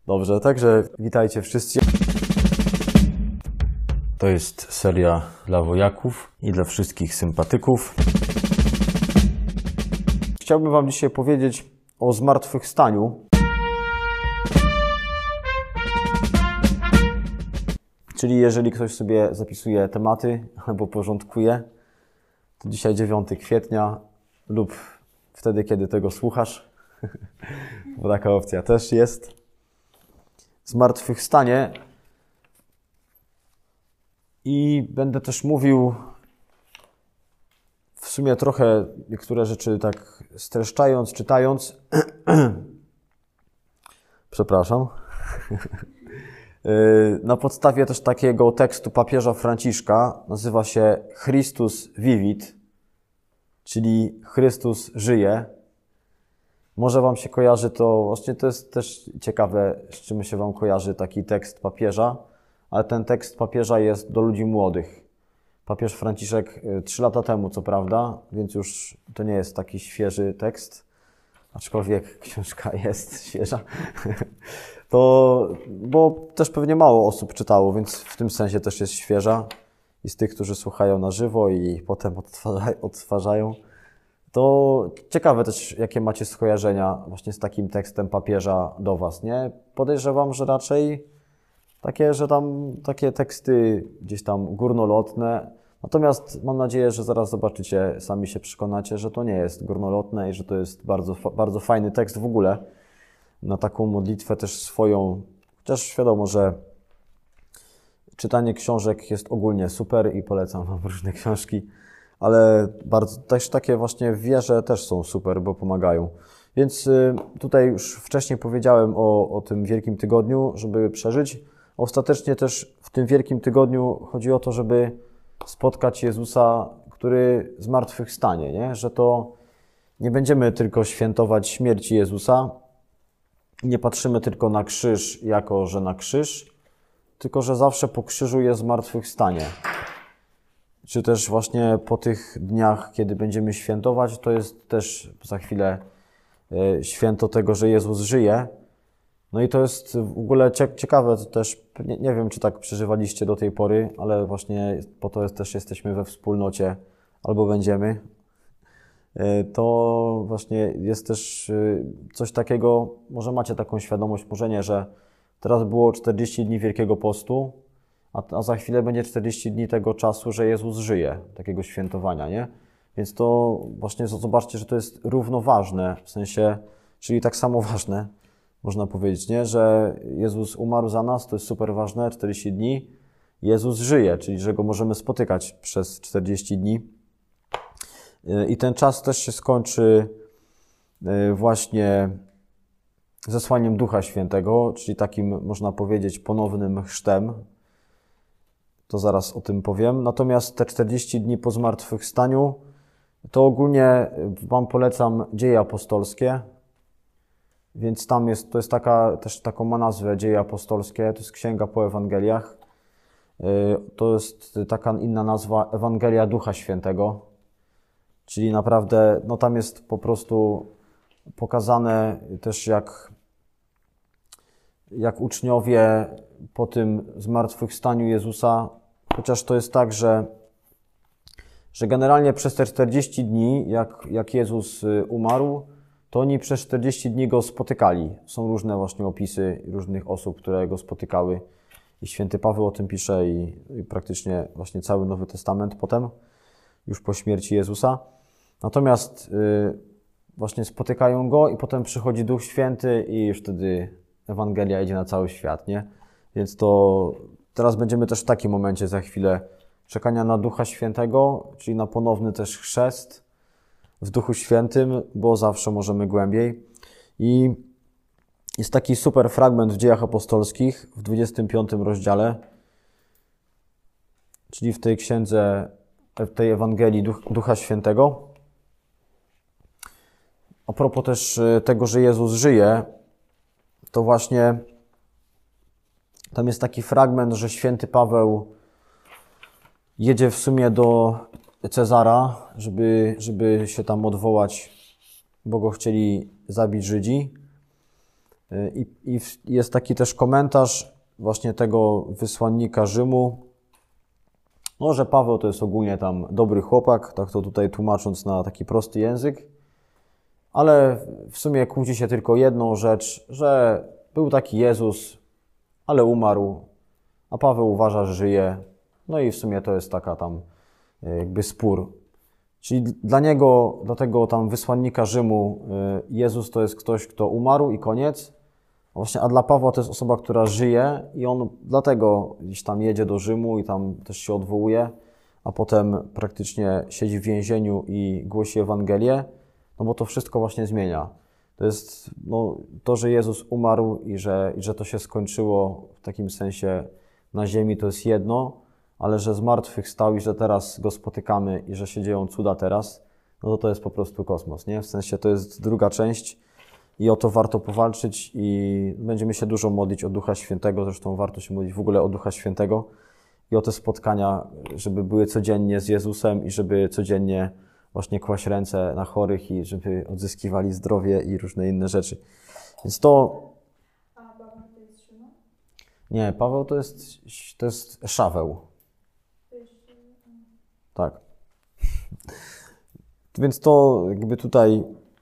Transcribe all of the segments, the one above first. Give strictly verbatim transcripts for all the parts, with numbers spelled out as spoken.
Dobrze, także witajcie wszyscy. To jest seria dla wojaków i dla wszystkich sympatyków. Chciałbym Wam dzisiaj powiedzieć o zmartwychwstaniu. Czyli jeżeli ktoś sobie zapisuje tematy albo porządkuje, to dzisiaj dziewiątego kwietnia lub wtedy, kiedy tego słuchasz, bo taka opcja też jest. Zmartwychwstanie. I będę też mówił w sumie trochę niektóre rzeczy tak streszczając, czytając. Przepraszam. Na podstawie też takiego tekstu papieża Franciszka, nazywa się Christus vivit, czyli Chrystus żyje. Może Wam się kojarzy to, właśnie to jest też ciekawe, z czym się Wam kojarzy taki tekst papieża, ale ten tekst papieża jest do ludzi młodych. Papież Franciszek trzy lata temu, co prawda, więc już to nie jest taki świeży tekst, aczkolwiek książka jest świeża. To, bo też pewnie mało osób czytało, więc w tym sensie też jest świeża. I z tych, którzy słuchają na żywo i potem odtwarzają. To ciekawe też, jakie macie skojarzenia właśnie z takim tekstem papieża do Was, nie? Podejrzewam, że raczej takie, że tam takie teksty gdzieś tam górnolotne. Natomiast mam nadzieję, że zaraz zobaczycie, sami się przekonacie, że to nie jest górnolotne i że to jest bardzo, bardzo fajny tekst w ogóle. Na taką modlitwę też swoją, chociaż wiadomo, że czytanie książek jest ogólnie super i polecam Wam różne książki, ale bardzo, też takie właśnie w wierze też są super, bo pomagają. Więc tutaj już wcześniej powiedziałem o, o tym Wielkim Tygodniu, żeby przeżyć. Ostatecznie też w tym Wielkim Tygodniu chodzi o to, żeby spotkać Jezusa, który zmartwychwstanie, nie? Że to nie będziemy tylko świętować śmierci Jezusa, nie patrzymy tylko na krzyż jako, że na krzyż, tylko że zawsze po krzyżu jest zmartwychwstanie. Czy też właśnie po tych dniach, kiedy będziemy świętować, to jest też za chwilę święto tego, że Jezus żyje. No i to jest w ogóle ciekawe też, nie, nie wiem, czy tak przeżywaliście do tej pory, ale właśnie po to jest, też jesteśmy we wspólnocie, albo będziemy. To właśnie jest też coś takiego, może macie taką świadomość, może nie, że teraz było czterdzieści dni Wielkiego Postu, a, a za chwilę będzie czterdzieści dni tego czasu, że Jezus żyje, takiego świętowania, nie? Więc to właśnie zobaczcie, że to jest równoważne, w sensie, czyli tak samo ważne, można powiedzieć, nie? Że Jezus umarł za nas, to jest super ważne, czterdzieści dni. Jezus żyje, czyli że Go możemy spotykać przez czterdzieści dni. I ten czas też się skończy właśnie zesłaniem Ducha Świętego, czyli takim, można powiedzieć, ponownym chrztem. To zaraz o tym powiem. Natomiast te czterdzieści dni po zmartwychwstaniu, to ogólnie Wam polecam Dzieje Apostolskie. Więc tam jest, to jest taka, też taką ma nazwę Dzieje Apostolskie, to jest księga po Ewangeliach. To jest taka inna nazwa Ewangelia Ducha Świętego. Czyli naprawdę, no tam jest po prostu pokazane też jak, jak uczniowie po tym zmartwychwstaniu Jezusa, chociaż to jest tak, że, że generalnie przez te czterdzieści dni, jak, jak Jezus umarł, to oni przez czterdzieści dni Go spotykali. Są różne właśnie opisy różnych osób, które Go spotykały. I święty Paweł o tym pisze i, i praktycznie właśnie cały Nowy Testament potem, już po śmierci Jezusa. Natomiast y, właśnie spotykają Go i potem przychodzi Duch Święty i już wtedy Ewangelia idzie na cały świat, nie? Więc to teraz będziemy też w takim momencie za chwilę czekania na Ducha Świętego, czyli na ponowny też chrzest w Duchu Świętym, bo zawsze możemy głębiej. I jest taki super fragment w Dziejach Apostolskich w dwudziestym piątym rozdziale, czyli w tej księdze, w tej Ewangelii Ducha Świętego. A propos też tego, że Jezus żyje, to właśnie tam jest taki fragment, że święty Paweł jedzie w sumie do Cezara, żeby, żeby się tam odwołać, bo go chcieli zabić Żydzi. I, i jest taki też komentarz właśnie tego wysłannika Rzymu, no, że Paweł to jest ogólnie tam dobry chłopak, tak to tutaj tłumacząc na taki prosty język, ale w sumie kłóci się tylko jedną rzecz, że był taki Jezus, ale umarł, a Paweł uważa, że żyje, no i w sumie to jest taka tam jakby spór. Czyli dla niego, dla tego tam wysłannika Rzymu, Jezus to jest ktoś, kto umarł i koniec. Właśnie, a dla Pawła to jest osoba, która żyje i on dlatego gdzieś tam jedzie do Rzymu i tam też się odwołuje, a potem praktycznie siedzi w więzieniu i głosi Ewangelię, no bo to wszystko właśnie zmienia. To jest no, to, że Jezus umarł i że, i że to się skończyło w takim sensie na ziemi, to jest jedno, ale że zmartwychwstał i że teraz Go spotykamy i że się dzieją cuda teraz, no to to jest po prostu kosmos, nie? W sensie to jest druga część i o to warto powalczyć i będziemy się dużo modlić o Ducha Świętego, zresztą warto się modlić w ogóle o Ducha Świętego i o te spotkania, żeby były codziennie z Jezusem i żeby codziennie właśnie kłaść ręce na chorych i żeby odzyskiwali zdrowie i różne inne rzeczy. Więc to... A Paweł to jest Szymon? Nie, Paweł to jest, to jest Szaweł. Tak. Więc to jakby tutaj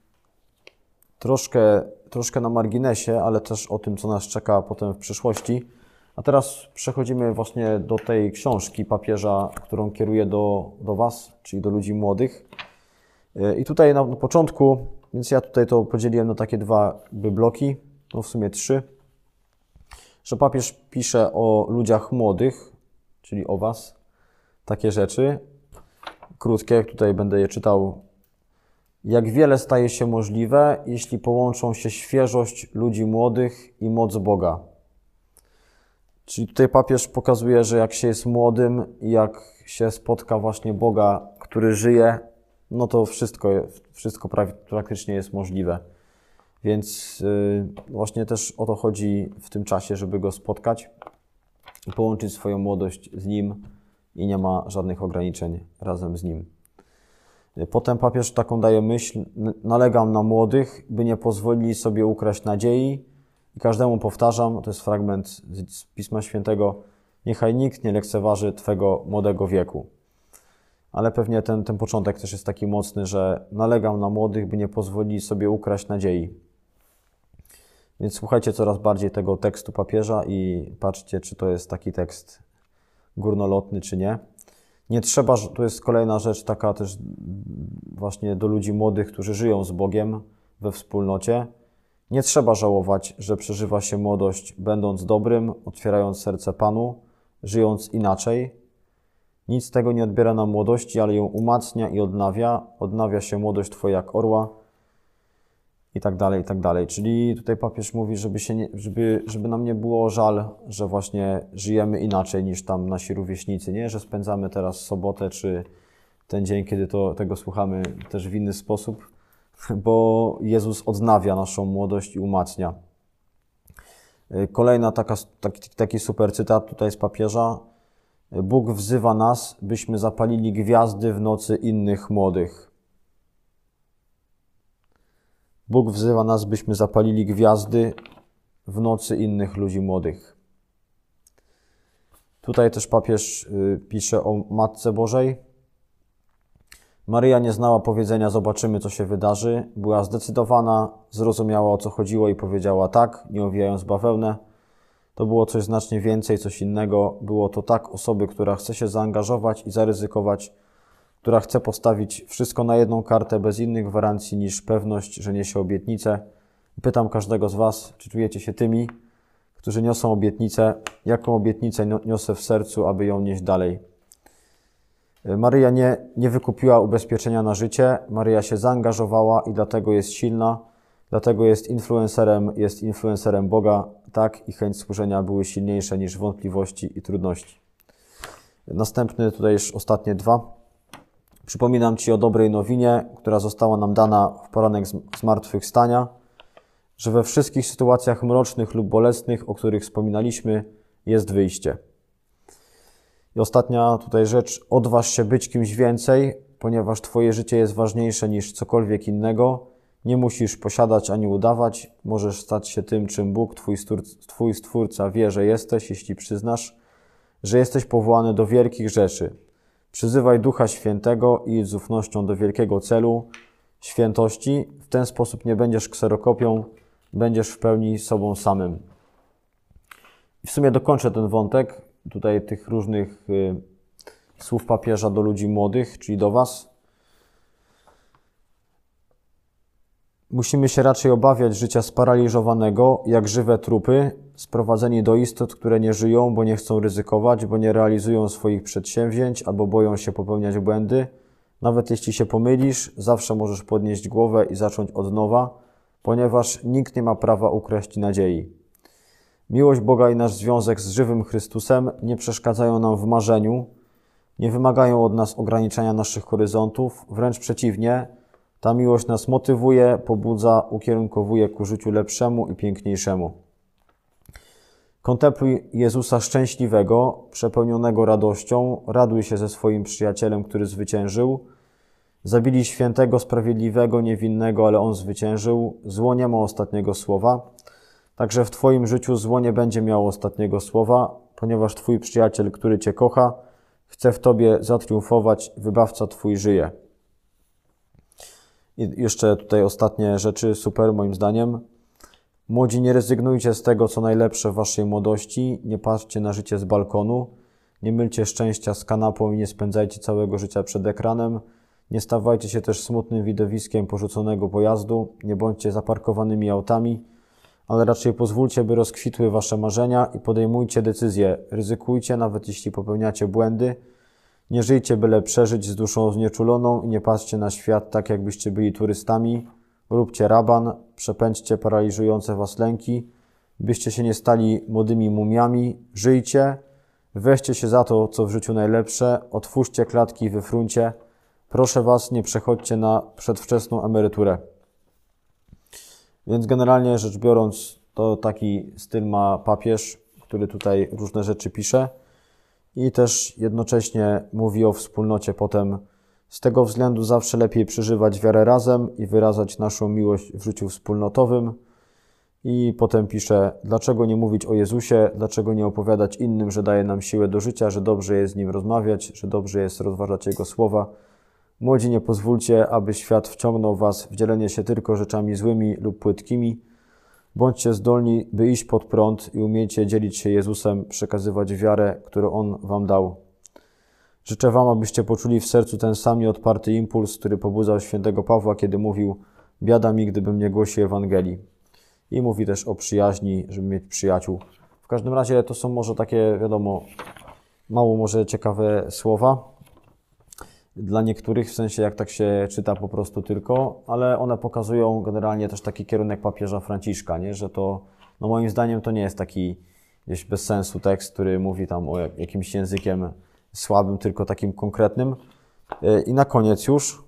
troszkę, troszkę na marginesie, ale też o tym, co nas czeka potem w przyszłości. A teraz przechodzimy właśnie do tej książki papieża, którą kieruję do, do Was, czyli do ludzi młodych. I tutaj na, na początku, więc ja tutaj to podzieliłem na takie dwa jakby bloki, no w sumie trzy, że papież pisze o ludziach młodych, czyli o Was, takie rzeczy. Krótkie, tutaj będę je czytał. Jak wiele staje się możliwe, jeśli połączą się świeżość ludzi młodych i moc Boga. Czyli tutaj papież pokazuje, że jak się jest młodym i jak się spotka właśnie Boga, który żyje, no to wszystko, wszystko praktycznie jest możliwe. Więc yy, właśnie też o to chodzi w tym czasie, żeby Go spotkać i połączyć swoją młodość z Nim i nie ma żadnych ograniczeń razem z Nim. Potem papież taką daje myśl, nalegam na młodych, by nie pozwolili sobie ukraść nadziei i każdemu powtarzam, to jest fragment z Pisma Świętego, niechaj nikt nie lekceważy Twego młodego wieku. Ale pewnie ten, ten początek też jest taki mocny, że nalegam na młodych, by nie pozwolili sobie ukraść nadziei. Więc słuchajcie coraz bardziej tego tekstu papieża i patrzcie, czy to jest taki tekst górnolotny, czy nie. Nie trzeba, to jest kolejna rzecz taka też właśnie do ludzi młodych, którzy żyją z Bogiem we wspólnocie. Nie trzeba żałować, że przeżywa się młodość będąc dobrym, otwierając serce Panu, żyjąc inaczej. Nic z tego nie odbiera nam młodości, ale ją umacnia i odnawia. Odnawia się młodość Twoja jak orła i tak dalej, i tak dalej. Czyli tutaj papież mówi, żeby, się nie, żeby, żeby nam nie było żal, że właśnie żyjemy inaczej niż tam nasi rówieśnicy, nie? Że spędzamy teraz sobotę czy ten dzień, kiedy to, tego słuchamy, też w inny sposób, bo Jezus odnawia naszą młodość i umacnia. Kolejna taka, taki, taki super cytat tutaj z papieża. Bóg wzywa nas, byśmy zapalili gwiazdy w nocy innych młodych. Bóg wzywa nas, byśmy zapalili gwiazdy w nocy innych ludzi młodych. Tutaj też papież pisze o Matce Bożej. Maryja nie znała powiedzenia zobaczymy, co się wydarzy. Była zdecydowana, zrozumiała, o co chodziło i powiedziała tak, nie owijając bawełnę. To było coś znacznie więcej, coś innego. Było to tak osoby, która chce się zaangażować i zaryzykować, która chce postawić wszystko na jedną kartę bez innych gwarancji niż pewność, że niesie obietnicę. Pytam każdego z Was, czy czujecie się tymi, którzy niosą obietnicę, jaką obietnicę niosę w sercu, aby ją nieść dalej. Maryja nie, nie wykupiła ubezpieczenia na życie, Maryja się zaangażowała i dlatego jest silna, dlatego jest influencerem, jest influencerem Boga, tak, i chęć służenia były silniejsze niż wątpliwości i trudności. Następny, tutaj już ostatnie dwa. Przypominam Ci o dobrej nowinie, która została nam dana w poranek zmartwychwstania, że we wszystkich sytuacjach mrocznych lub bolesnych, o których wspominaliśmy, jest wyjście. I ostatnia tutaj rzecz, odważ się być kimś więcej, ponieważ Twoje życie jest ważniejsze niż cokolwiek innego. Nie musisz posiadać ani udawać. Możesz stać się tym, czym Bóg, twój, twój Stwórca, wie, że jesteś, jeśli przyznasz, że jesteś powołany do wielkich rzeczy. Przyzywaj Ducha Świętego i idź z ufnością do wielkiego celu, świętości. W ten sposób nie będziesz kserokopią, będziesz w pełni sobą samym. I w sumie dokończę ten wątek tutaj tych różnych y, słów papieża do ludzi młodych, czyli do was. Musimy się raczej obawiać życia sparaliżowanego, jak żywe trupy, sprowadzeni do istot, które nie żyją, bo nie chcą ryzykować, bo nie realizują swoich przedsięwzięć albo boją się popełniać błędy. Nawet jeśli się pomylisz, zawsze możesz podnieść głowę i zacząć od nowa, ponieważ nikt nie ma prawa ukraść nadziei. Miłość Boga i nasz związek z żywym Chrystusem nie przeszkadzają nam w marzeniu, nie wymagają od nas ograniczania naszych horyzontów, wręcz przeciwnie, ta miłość nas motywuje, pobudza, ukierunkowuje ku życiu lepszemu i piękniejszemu. Kontempluj Jezusa szczęśliwego, przepełnionego radością, raduj się ze swoim przyjacielem, który zwyciężył. Zabili świętego, sprawiedliwego, niewinnego, ale on zwyciężył. Zło nie ma ostatniego słowa. Także w twoim życiu zło nie będzie miało ostatniego słowa, ponieważ twój przyjaciel, który cię kocha, chce w tobie zatriumfować, wybawca twój żyje. I jeszcze tutaj ostatnie rzeczy, super moim zdaniem. Młodzi, nie rezygnujcie z tego, co najlepsze w waszej młodości, nie patrzcie na życie z balkonu, nie mylcie szczęścia z kanapą i nie spędzajcie całego życia przed ekranem, nie stawajcie się też smutnym widowiskiem porzuconego pojazdu, nie bądźcie zaparkowanymi autami, ale raczej pozwólcie, by rozkwitły wasze marzenia i podejmujcie decyzje, ryzykujcie, nawet jeśli popełniacie błędy. Nie żyjcie byle przeżyć z duszą znieczuloną i nie patrzcie na świat tak, jakbyście byli turystami. Róbcie raban, przepędźcie paraliżujące was lęki, byście się nie stali młodymi mumiami. Żyjcie, weźcie się za to, co w życiu najlepsze, otwórzcie klatki i wyfruncie. Proszę was, nie przechodźcie na przedwczesną emeryturę. Więc generalnie rzecz biorąc, to taki styl ma papież, który tutaj różne rzeczy pisze. I też jednocześnie mówi o wspólnocie potem. Z tego względu zawsze lepiej przeżywać wiarę razem i wyrażać naszą miłość w życiu wspólnotowym. I potem pisze, dlaczego nie mówić o Jezusie, dlaczego nie opowiadać innym, że daje nam siłę do życia, że dobrze jest z Nim rozmawiać, że dobrze jest rozważać Jego słowa. Młodzi, nie pozwólcie, aby świat wciągnął was w dzielenie się tylko rzeczami złymi lub płytkimi. Bądźcie zdolni, by iść pod prąd i umiejcie dzielić się Jezusem, przekazywać wiarę, którą On wam dał. Życzę wam, abyście poczuli w sercu ten sam nieodparty impuls, który pobudzał świętego Pawła, kiedy mówił: biada mi, gdybym nie głosił Ewangelii. I mówi też o przyjaźni, żeby mieć przyjaciół. W każdym razie to są może takie, wiadomo, mało może ciekawe słowa dla niektórych, w sensie jak tak się czyta po prostu tylko, ale one pokazują generalnie też taki kierunek papieża Franciszka, nie? Że to, no moim zdaniem to nie jest taki gdzieś bez sensu tekst, który mówi tam o jakimś językiem słabym, tylko takim konkretnym. I na koniec już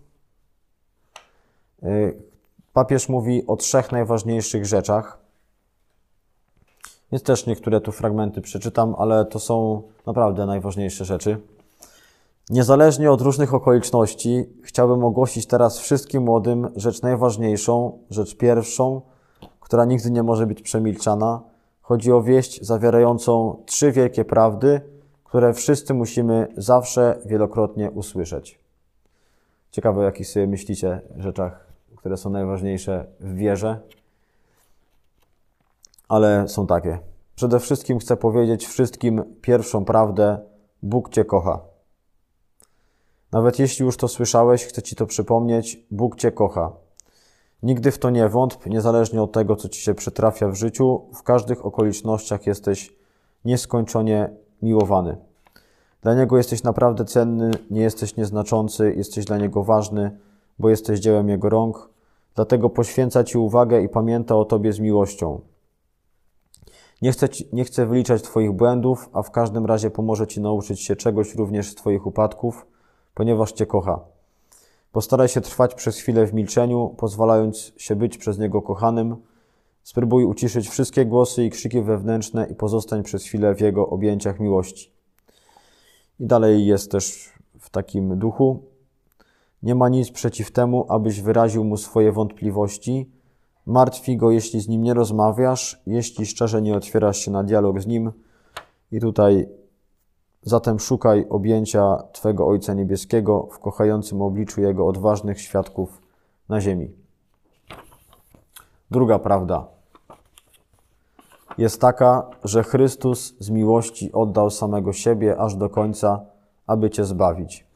papież mówi o trzech najważniejszych rzeczach. Więc też niektóre tu fragmenty przeczytam, ale to są naprawdę najważniejsze rzeczy. Niezależnie od różnych okoliczności, chciałbym ogłosić teraz wszystkim młodym rzecz najważniejszą, rzecz pierwszą, która nigdy nie może być przemilczana. Chodzi o wieść zawierającą trzy wielkie prawdy, które wszyscy musimy zawsze wielokrotnie usłyszeć. Ciekawe, o jakich sobie myślicie rzeczach, które są najważniejsze w wierze, ale są takie. Przede wszystkim chcę powiedzieć wszystkim pierwszą prawdę: Bóg Cię kocha. Nawet jeśli już to słyszałeś, chcę Ci to przypomnieć, Bóg Cię kocha. Nigdy w to nie wątp, niezależnie od tego, co Ci się przytrafia w życiu, w każdych okolicznościach jesteś nieskończenie miłowany. Dla Niego jesteś naprawdę cenny, nie jesteś nieznaczący, jesteś dla Niego ważny, bo jesteś dziełem Jego rąk, dlatego poświęca Ci uwagę i pamięta o Tobie z miłością. Nie chcę, ci, nie chcę wyliczać Twoich błędów, a w każdym razie pomoże Ci nauczyć się czegoś również z Twoich upadków, ponieważ Cię kocha. Postaraj się trwać przez chwilę w milczeniu, pozwalając się być przez Niego kochanym. Spróbuj uciszyć wszystkie głosy i krzyki wewnętrzne i pozostań przez chwilę w Jego objęciach miłości. I dalej jest też w takim duchu. Nie ma nic przeciw temu, abyś wyraził mu swoje wątpliwości. Martwi go, jeśli z nim nie rozmawiasz, jeśli szczerze nie otwierasz się na dialog z nim. I tutaj zatem szukaj objęcia Twego Ojca Niebieskiego w kochającym obliczu Jego odważnych świadków na ziemi. Druga prawda jest taka, że Chrystus z miłości oddał samego siebie aż do końca, aby Cię zbawić.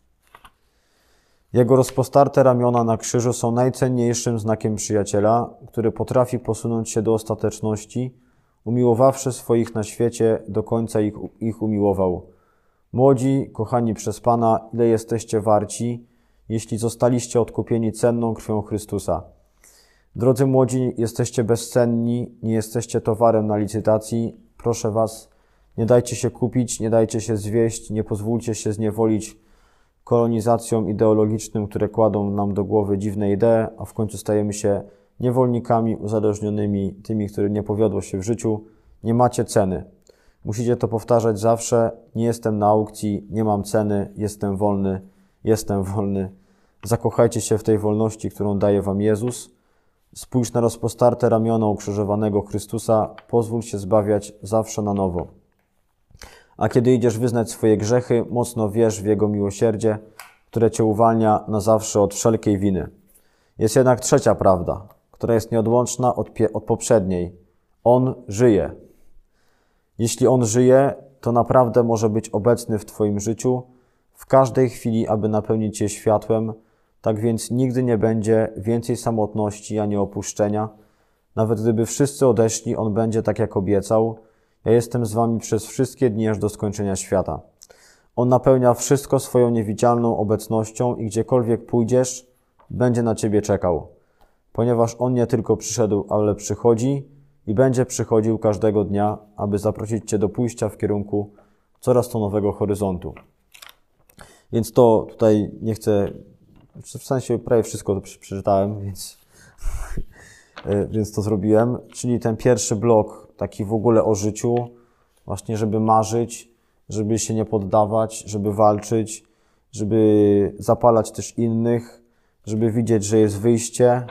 Jego rozpostarte ramiona na krzyżu są najcenniejszym znakiem przyjaciela, który potrafi posunąć się do ostateczności, umiłowawszy swoich na świecie, do końca ich, ich umiłował. Młodzi, kochani przez Pana, ile jesteście warci, jeśli zostaliście odkupieni cenną krwią Chrystusa. Drodzy młodzi, jesteście bezcenni, nie jesteście towarem na licytacji. Proszę Was, nie dajcie się kupić, nie dajcie się zwieść, nie pozwólcie się zniewolić kolonizacjom ideologicznym, które kładą nam do głowy dziwne idee, a w końcu stajemy się niewolnikami uzależnionymi, tymi, którym nie powiodło się w życiu. Nie macie ceny. Musicie to powtarzać zawsze. Nie jestem na aukcji, nie mam ceny, jestem wolny, jestem wolny. Zakochajcie się w tej wolności, którą daje Wam Jezus. Spójrz na rozpostarte ramiona ukrzyżowanego Chrystusa, pozwól się zbawiać zawsze na nowo. A kiedy idziesz wyznać swoje grzechy, mocno wierz w Jego miłosierdzie, które Cię uwalnia na zawsze od wszelkiej winy. Jest jednak trzecia prawda, która jest nieodłączna od, pie- od poprzedniej. On żyje. Jeśli On żyje, to naprawdę może być obecny w Twoim życiu w każdej chwili, aby napełnić Cię światłem. Tak więc nigdy nie będzie więcej samotności ani opuszczenia. Nawet gdyby wszyscy odeszli, On będzie tak, jak obiecał. Ja jestem z Wami przez wszystkie dni aż do skończenia świata. On napełnia wszystko swoją niewidzialną obecnością i gdziekolwiek pójdziesz, będzie na Ciebie czekał. Ponieważ On nie tylko przyszedł, ale przychodzi i będzie przychodził każdego dnia, aby zaprosić Cię do pójścia w kierunku coraz to nowego horyzontu. Więc to tutaj nie chcę, w sensie prawie wszystko to przeczytałem, więc, więc to zrobiłem. Czyli ten pierwszy blok, taki w ogóle o życiu, właśnie żeby marzyć, żeby się nie poddawać, żeby walczyć, żeby zapalać też innych, żeby widzieć, że jest wyjście,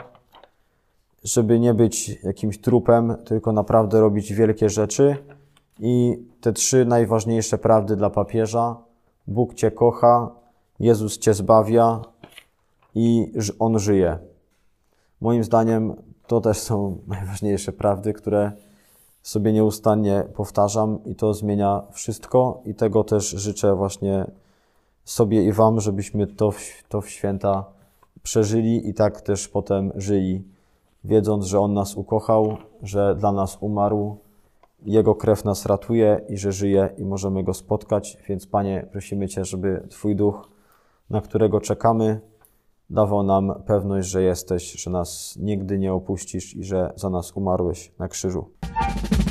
żeby nie być jakimś trupem, tylko naprawdę robić wielkie rzeczy. I te trzy najważniejsze prawdy dla papieża: Bóg Cię kocha, Jezus Cię zbawia i On żyje. Moim zdaniem to też są najważniejsze prawdy, które sobie nieustannie powtarzam i to zmienia wszystko i tego też życzę właśnie sobie i Wam, żebyśmy to w, to w święta przeżyli i tak też potem żyli, wiedząc, że On nas ukochał, że dla nas umarł, Jego krew nas ratuje i że żyje i możemy Go spotkać. Więc Panie, prosimy Cię, żeby Twój Duch, na którego czekamy, dawał nam pewność, że jesteś, że nas nigdy nie opuścisz i że za nas umarłeś na krzyżu.